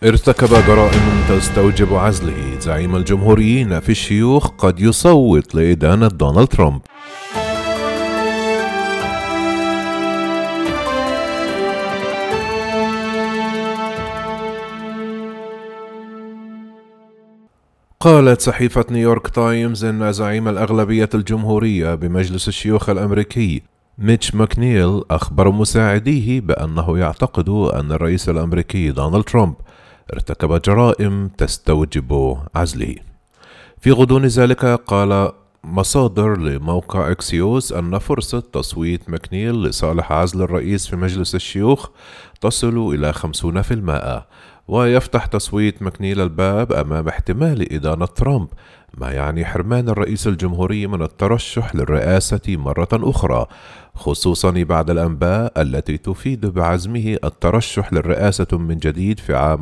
ارتكب جرائم تستوجب عزله. زعيم الجمهوريين في الشيوخ قد يصوت لإدانة دونالد ترامب. قالت صحيفة نيويورك تايمز إن زعيم الأغلبية الجمهورية بمجلس الشيوخ الأمريكي ميتش ماكنيل أخبر مساعديه بأنه يعتقد أن الرئيس الأمريكي دونالد ترامب ارتكب جرائم تستوجب عزله. في غضون ذلك قال مصادر لموقع إكسيوس أن فرصة تصويت ماكنيل لصالح عزل الرئيس في مجلس الشيوخ تصل إلى 50%، ويفتح تصويت ماكنيل الباب أمام احتمال إدانة ترامب، ما يعني حرمان الرئيس الجمهوري من الترشح للرئاسة مرة أخرى، خصوصا بعد الأنباء التي تفيد بعزمه الترشح للرئاسة من جديد في عام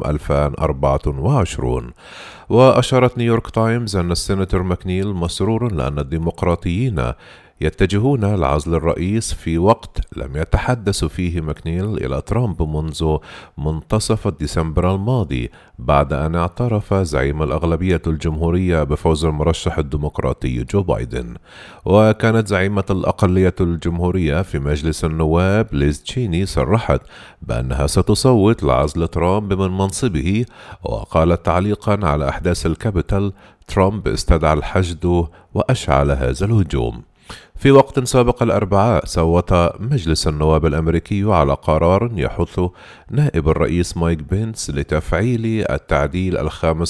2024. وأشارت نيويورك تايمز أن السيناتور ماكنيل مسرور لأن الديمقراطيين يتجهون لعزل الرئيس في وقت لم يتحدث فيه ماكنيل إلى ترامب منذ منتصف ديسمبر الماضي، بعد أن اعترف زعيم الأغلبية الجمهورية بفوز المرشح الديمقراطي جو بايدن. وكانت زعيمة الأقلية الجمهورية في مجلس النواب ليز تشيني صرحت بأنها ستصوت لعزل ترامب من منصبه، وقالت تعليقا على أحداث الكابيتال: ترامب استدعى الحشد وأشعل هذا الهجوم. في وقت سابق الأربعاء صوت مجلس النواب الأمريكي على قرار يحث نائب الرئيس مايك بينس لتفعيل التعديل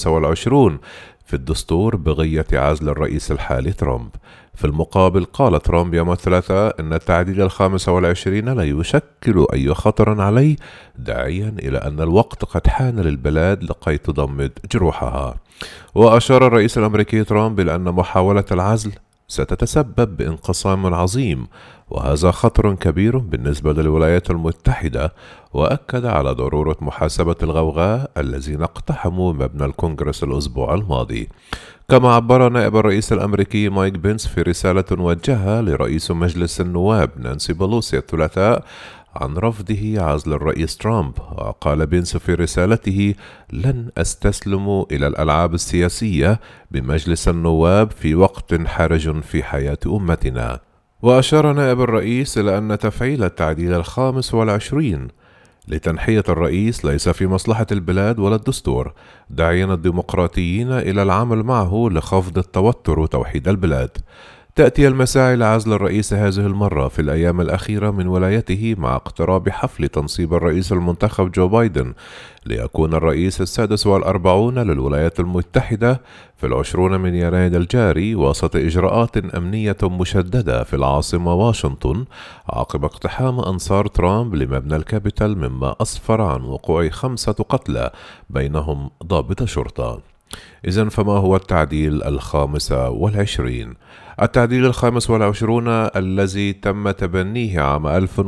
25 في الدستور بغية عزل الرئيس الحالي ترامب. في المقابل قال ترامب يوم الثلاثاء إن التعديل 25 لا يشكل أي خطر عليه، داعيا إلى أن الوقت قد حان للبلاد لكي تضمد جروحها. وأشار الرئيس الأمريكي ترامب إلى أن محاولة العزل ستتسبب بانقسام عظيم، وهذا خطر كبير بالنسبة للولايات المتحدة، وأكد على ضرورة محاسبة الغوغاء الذين اقتحموا مبنى الكونغرس الأسبوع الماضي. كما عبر نائب الرئيس الأمريكي مايك بينس في رسالة وجهها لرئيس مجلس النواب نانسي بلوسي الثلاثاء عن رفضه عزل الرئيس ترامب. وقال بينس في رسالته: لن أستسلم إلى الألعاب السياسية بمجلس النواب في وقت حرج في حياة أمتنا. وأشار نائب الرئيس إلى أن تفعيل التعديل 25 لتنحية الرئيس ليس في مصلحة البلاد ولا الدستور، داعيا الديمقراطيين إلى العمل معه لخفض التوتر وتوحيد البلاد. تأتي المساعي لعزل الرئيس هذه المرة في الأيام الأخيرة من ولايته مع اقتراب حفل تنصيب الرئيس المنتخب جو بايدن ليكون الرئيس ال46 للولايات المتحدة في 20 من يناير الجاري، وسط إجراءات أمنية مشددة في العاصمة واشنطن عقب اقتحام أنصار ترامب لمبنى الكابيتال، مما أسفر عن وقوع 5 قتلى بينهم ضابط شرطة. إذن فما هو التعديل 25؟ التعديل 25 الذي تم تبنيه عام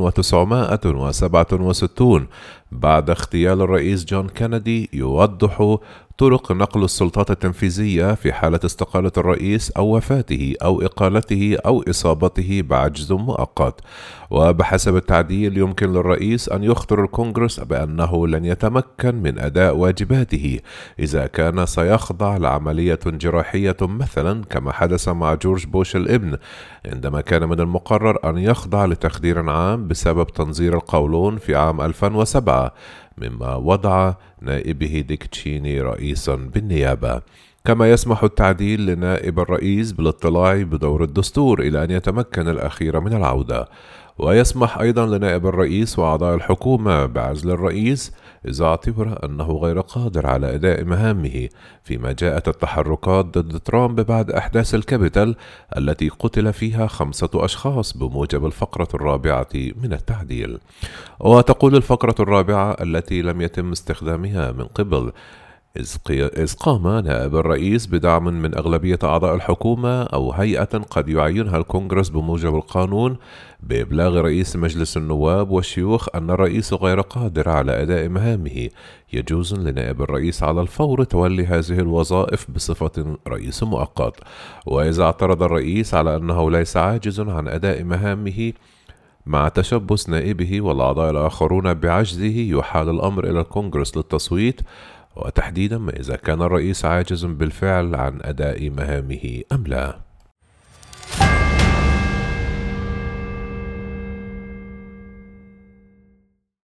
1967 بعد اغتيال الرئيس جون كينيدي يوضح طرق نقل السلطات التنفيذية في حالة استقالة الرئيس أو وفاته أو إقالته أو إصابته بعجز مؤقت. وبحسب التعديل يمكن للرئيس أن يخطر الكونغرس بأنه لن يتمكن من أداء واجباته إذا كان سيخضع لعملية جراحية، مثلا كما حدث مع جورج بوش الابن عندما كان من المقرر أن يخضع لتخدير عام بسبب تنظير القولون في عام 2007، مما وضع نائبه ديك تشيني رئيسا بالنيابة. كما يسمح التعديل لنائب الرئيس بالاطلاع بدور الدستور إلى أن يتمكن الأخير من العودة، ويسمح أيضا لنائب الرئيس وأعضاء الحكومة بعزل الرئيس إذا اعتبر أنه غير قادر على أداء مهامه، فيما جاءت التحركات ضد ترامب بعد أحداث الكابيتال التي قتل فيها 5 أشخاص بموجب الفقرة 4 من التعديل. وتقول الفقرة 4 التي لم يتم استخدامها من قبل إذ قام نائب الرئيس بدعم من أغلبية أعضاء الحكومة أو هيئة قد يعينها الكونغرس بموجب القانون بإبلاغ رئيس مجلس النواب والشيوخ أن الرئيس غير قادر على أداء مهامه، يجوز لنائب الرئيس على الفور تولي هذه الوظائف بصفة رئيس مؤقت. وإذا اعترض الرئيس على أنه ليس عاجز عن أداء مهامه مع تشبث نائبه والأعضاء الآخرون بعجزه، يحال الأمر إلى الكونغرس للتصويت، وتحديدا ما إذا كان الرئيس عاجز بالفعل عن أداء مهامه أم لا.